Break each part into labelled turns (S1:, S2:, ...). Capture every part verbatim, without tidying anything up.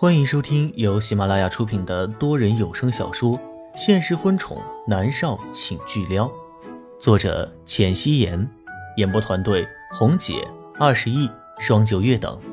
S1: 欢迎收听由喜马拉雅出品的多人有声小说《现实婚宠男少请巨撩》，作者浅汐颜，演播团队红姐、二十亿、双九月等。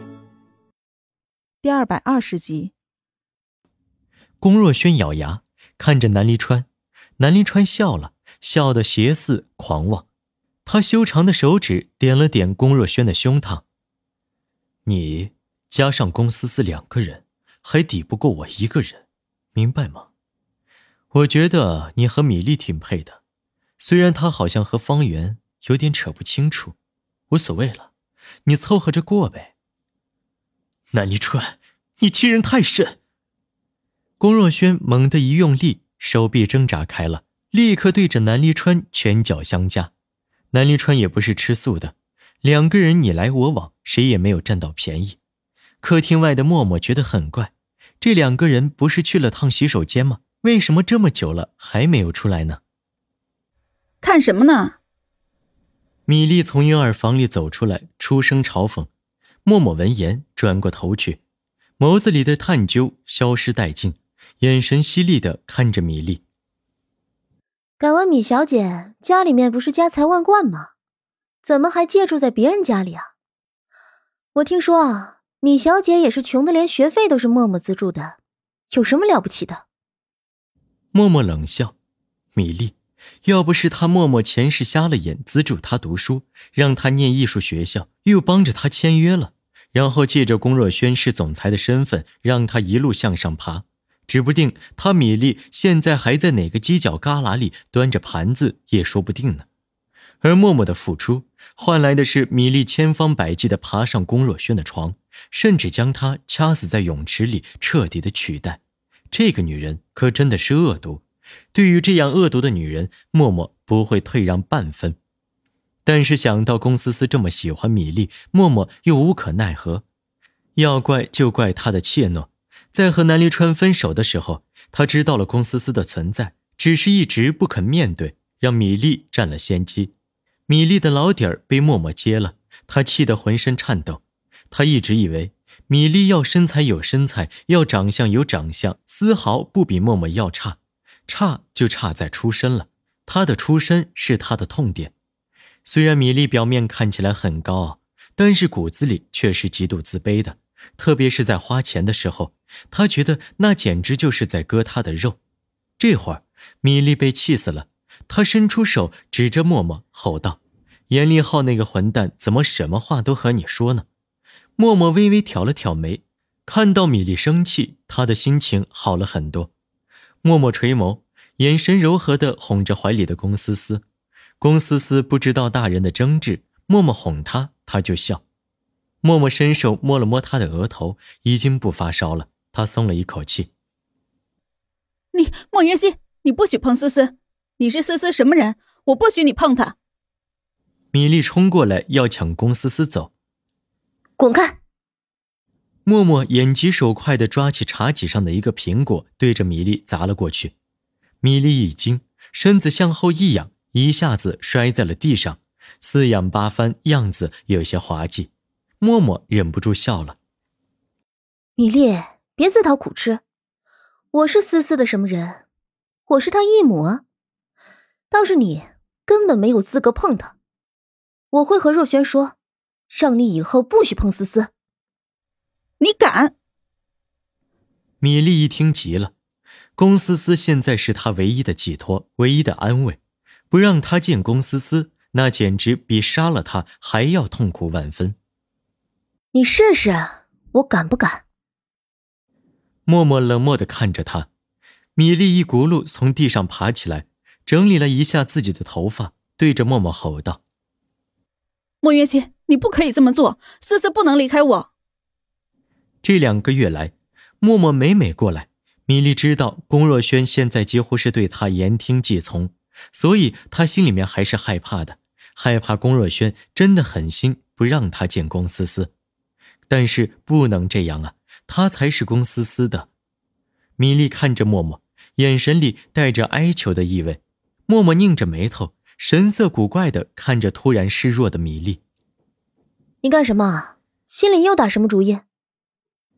S2: 第二百二十集。
S3: 龚若轩咬牙看着南离川，南离川笑了，笑得邪似狂妄。他修长的手指点了点龚若轩的胸膛。你加上龚思思两个人，还抵不过我一个人，明白吗？我觉得你和米粒挺配的，虽然她好像和方圆有点扯不清楚，无所谓了，你凑合着过呗。南离川，你欺人太甚！龚若轩猛地一用力，手臂挣扎开了，立刻对着南离川拳脚相加。南离川也不是吃素的，两个人你来我往，谁也没有占到便宜。客厅外的默默觉得很怪，这两个人不是去了趟洗手间吗？为什么这么久了还没有出来呢？
S2: 看什么呢？
S3: 米粒从婴儿房里走出来，出声嘲讽。默默闻言转过头去，眸子里的探究消失殆尽，眼神犀利地看着米粒。
S4: 敢问米小姐家里面不是家财万贯吗？怎么还借住在别人家里啊？我听说啊，米小姐也是穷的连学费都是默默资助的，有什么了不起的？
S3: 默默冷笑，米粒，要不是他默默前世瞎了眼资助他读书，让他念艺术学校，又帮着他签约了，然后借着龚若轩是总裁的身份让他一路向上爬，指不定他米粒现在还在哪个犄角旮旯里端着盘子也说不定呢。而默默的付出换来的是米粒千方百计地爬上龚若轩的床，甚至将他掐死在泳池里，彻底的取代。这个女人可真的是恶毒，对于这样恶毒的女人，默默不会退让半分。但是想到龚思思这么喜欢米粒，默默又无可奈何。要怪就怪她的怯懦，在和南离川分手的时候，她知道了龚思思的存在，只是一直不肯面对，让米粒占了先机。米粒的老底儿被默默接了，她气得浑身颤抖。她一直以为米粒要身材有身材，要长相有长相，丝毫不比默默要差，差就差在出身了。她的出身是她的痛点。虽然米粒表面看起来很高傲，但是骨子里却是极度自卑的，特别是在花钱的时候，她觉得那简直就是在割她的肉。这会儿米粒被气死了，她伸出手指着默默吼道：严立浩那个混蛋怎么什么话都和你说呢？默默微微挑了挑眉，看到米粒生气，他的心情好了很多。默默垂眸，眼神柔和地哄着怀里的龚思思。龚思思不知道大人的争执，默默哄她，她就笑。默默伸手摸了摸她的额头，已经不发烧了，她松了一口气。
S2: 你莫云熙，你不许碰思思，你是思思什么人？我不许你碰她。
S3: 米粒冲过来要抢龚思思走。
S4: 滚开！
S3: 默默眼疾手快地抓起茶几上的一个苹果，对着米粒砸了过去。米粒一惊，身子向后一仰，一下子摔在了地上，四仰八翻，样子有些滑稽。默默忍不住笑了。
S4: 米粒，别自讨苦吃，我是思思的什么人？我是她义母啊，倒是你根本没有资格碰她。我会和若轩说，让你以后不许碰思思。
S2: 你敢！
S3: 米粒一听急了，龚思思现在是她唯一的寄托，唯一的安慰，不让她见龚思思，那简直比杀了她还要痛苦万分。
S4: 你试试，我敢不敢？
S3: 默默冷漠地看着她，米粒一咕噜从地上爬起来，整理了一下自己的头发，对着默默吼道：
S2: 莫云熙，你不可以这么做，思思不能离开我。
S3: 这两个月来，默默每每过来，米粒知道龚若轩现在几乎是对她言听计从，所以她心里面还是害怕的，害怕龚若轩真的狠心不让她见龚思思。但是不能这样啊，她才是龚思思的。米粒看着默默，眼神里带着哀求的意味。默默拧着眉头，神色古怪地看着突然示弱的米粒。
S4: 你干什么？心里又打什么主意？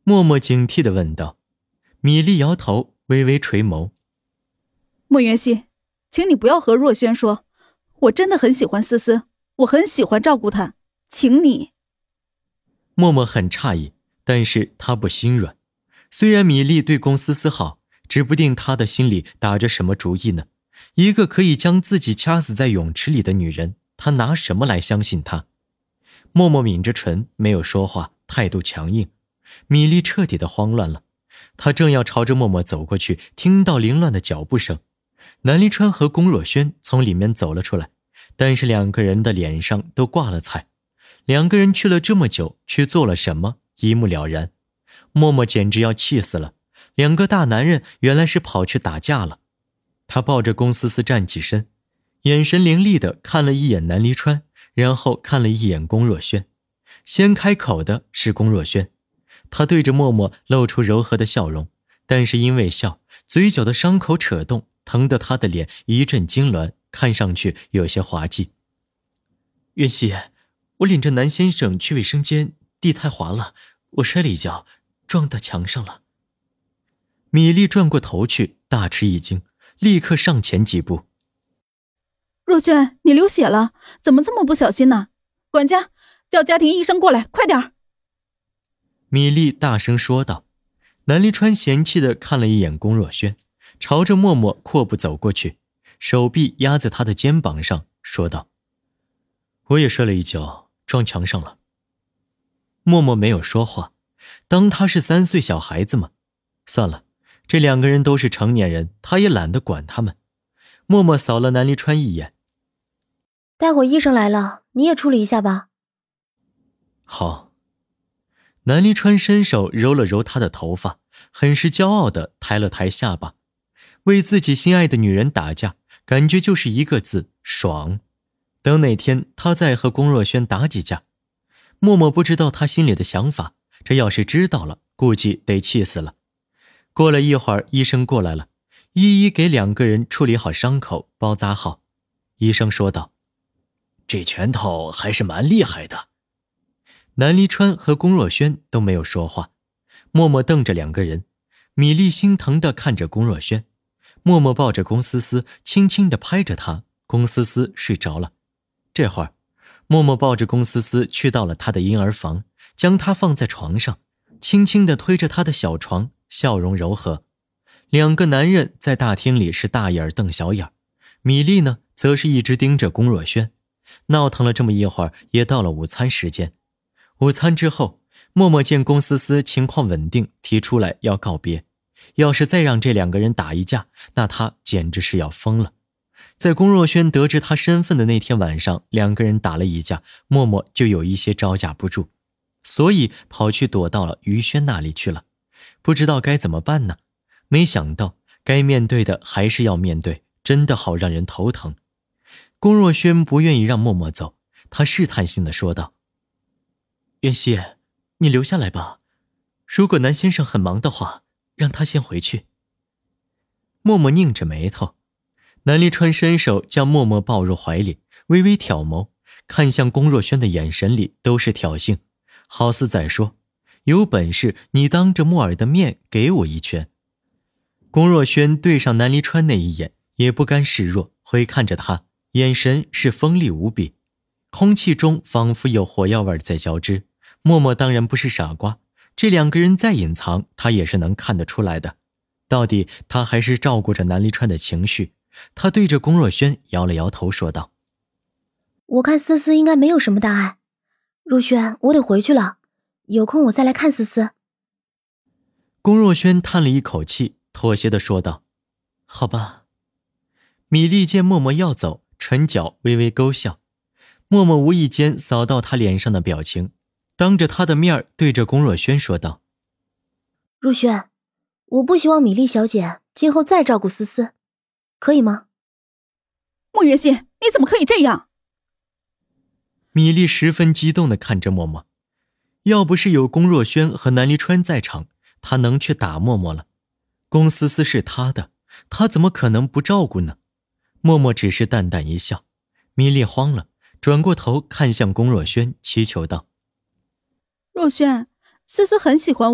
S3: 默默警惕地问道。米粒摇头，微微垂眸。
S2: 莫元熙，请你不要和若轩说，我真的很喜欢思思，我很喜欢照顾她，请你。
S3: 默默很诧异，但是他不心软。虽然米粒对龚思思好，指不定她的心里打着什么主意呢。一个可以将自己掐死在泳池里的女人，她拿什么来相信她？默默抿着唇，没有说话，态度强硬。米粒彻底的慌乱了，她正要朝着默默走过去，听到凌乱的脚步声。南离川和龚若轩从里面走了出来，但是两个人的脸上都挂了彩。两个人去了这么久，去做了什么，一目了然。默默简直要气死了，两个大男人原来是跑去打架了。他抱着龚思思站起身，眼神凌厉地看了一眼南离川，然后看了一眼龚若轩。先开口的是龚若轩，他对着默默露出柔和的笑容，但是因为笑，嘴角的伤口扯动，疼得他的脸一阵痉挛，看上去有些滑稽。袁熙，我领着南先生去卫生间，地太滑了，我摔了一跤，撞到墙上了。米粒转过头去，大吃一惊，立刻上前几步。
S2: 若轩，你流血了，怎么这么不小心呢？管家，叫家庭医生过来，快点！
S3: 米粒大声说道。南离川嫌弃地看了一眼龚若轩，朝着默默阔步走过去，手臂压在他的肩膀上，说道：我也摔了一跤，撞墙上了。默默没有说话，当他是三岁小孩子吗？算了，这两个人都是成年人，他也懒得管他们。默默扫了南离川一眼。
S4: 待会医生来了，你也处理一下吧。
S3: 好。南离川伸手揉了揉他的头发，很是骄傲地抬了抬下巴。为自己心爱的女人打架，感觉就是一个字，爽。等哪天他再和龚若轩打几架。默默不知道他心里的想法，这要是知道了，估计得气死了。过了一会儿，医生过来了，一一给两个人处理好伤口，包扎好。医生说道：这拳头还是蛮厉害的。南离川和龚若轩都没有说话，默默瞪着两个人。米粒心疼地看着龚若轩，默默抱着龚思思，轻轻地拍着她，龚思思睡着了。这会儿，默默抱着龚思思去到了她的婴儿房，将她放在床上，轻轻地推着她的小床，笑容柔和。两个男人在大厅里是大眼瞪小眼，米粒呢，则是一直盯着龚若轩。闹腾了这么一会儿，也到了午餐时间。午餐之后，默默见龚思思情况稳定，提出来要告别。要是再让这两个人打一架，那他简直是要疯了。在龚若轩得知他身份的那天晚上，两个人打了一架，默默就有一些招架不住，所以跑去躲到了于轩那里去了。不知道该怎么办呢？没想到该面对的还是要面对，真的好让人头疼。龚若轩不愿意让默默走，他试探性地说道：袁熙，你留下来吧，如果南先生很忙的话，让他先回去。默默拧着眉头，南离川伸手将默默抱入怀里，微微挑眸，看向龚若轩的眼神里都是挑衅，好似在说：有本事你当着默尔的面给我一拳。龚若轩对上南离川那一眼，也不甘示弱，回看着他，眼神是锋利无比，空气中仿佛有火药味在交织。默默当然不是傻瓜，这两个人再隐藏，他也是能看得出来的。到底他还是照顾着南离川的情绪。他对着龚若轩摇了摇头，说道：
S4: 我看思思应该没有什么大碍。若轩，我得回去了，有空我再来看思思。
S3: 龚若轩叹了一口气，妥协地说道：好吧。米粒见默默要走，唇角微微勾笑。默默无意间扫到他脸上的表情，当着他的面对着龚若轩说道：
S4: 若轩，我不希望米粒小姐今后再照顾思思，可以吗？
S2: 莫元熙，你怎么可以这样？
S3: 米粒十分激动地看着默默，要不是有龚若轩和南离川在场，他能去打默默了。龚思思是他的，他怎么可能不照顾呢？默默只是淡淡一笑。米粒慌了，转过头看向龚若轩，祈求道：
S2: 若轩，思思很喜欢我，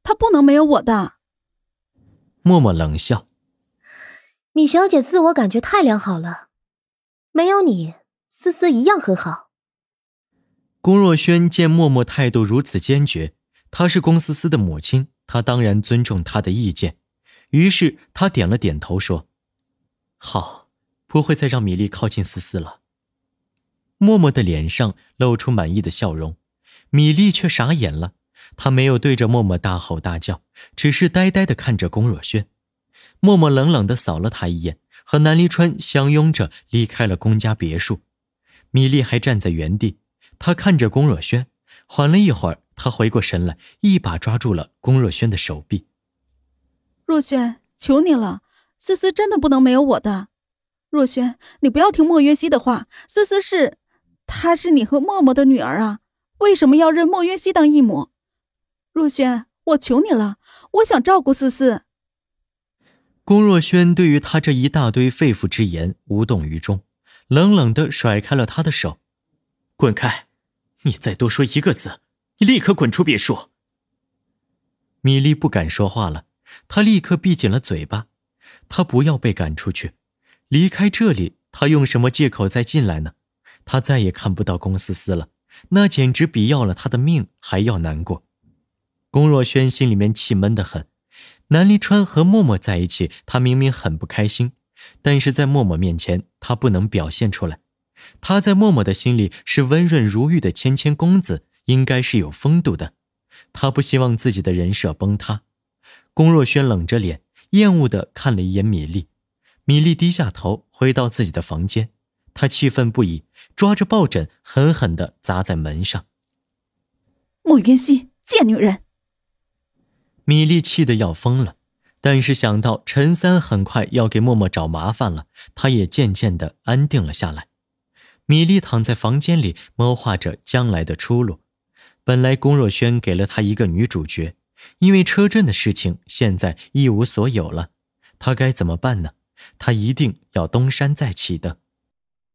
S2: 他不能没有我的。
S3: 默默冷笑，
S4: 米小姐自我感觉太良好了，没有你，思思一样很好。
S3: 龚若轩见默默态度如此坚决，她是龚思思的母亲，她当然尊重她的意见。于是她点了点头说，好，不会再让米粒靠近思思了。默默的脸上露出满意的笑容，米粒却傻眼了，她没有对着默默大吼大叫，只是呆呆地看着龚若轩。默默冷冷地扫了她一眼，和南离川相拥着离开了龚家别墅。米粒还站在原地，她看着龚若轩，缓了一会儿，她回过神来，一把抓住了龚若轩的手臂。
S2: 若轩，求你了，思思真的不能没有我的。若轩，你不要听莫约西的话，思思是，她是你和默默的女儿啊，为什么要认莫约西当义母？若轩，我求你了，我想照顾思思。
S3: 龚若轩对于他这一大堆肺腑之言无动于衷，冷冷地甩开了他的手。滚开！你再多说一个字，你立刻滚出别墅。米粒不敢说话了，她立刻闭紧了嘴巴。她不要被赶出去，离开这里，她用什么借口再进来呢？她再也看不到龚思思了，那简直比要了她的命还要难过。龚若轩心里面气闷得很，南离川和默默在一起，他明明很不开心，但是在默默面前，他不能表现出来。他在默默的心里是温润如玉的谦谦公子，应该是有风度的。他不希望自己的人设崩塌。龚若轩冷着脸，厌恶地看了一眼米粒。米粒低下头，回到自己的房间。他气愤不已，抓着抱枕狠狠地砸在门上。
S2: 莫渊熙，贱女人！
S3: 米粒气得要疯了，但是想到陈三很快要给默默找麻烦了，她也渐渐地安定了下来。米粒躺在房间里，谋划着将来的出路。本来龚若轩给了她一个女主角，因为车震的事情，现在一无所有了，她该怎么办呢？她一定要东山再起的。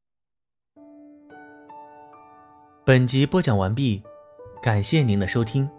S1: 本集播讲完毕，感谢您的收听。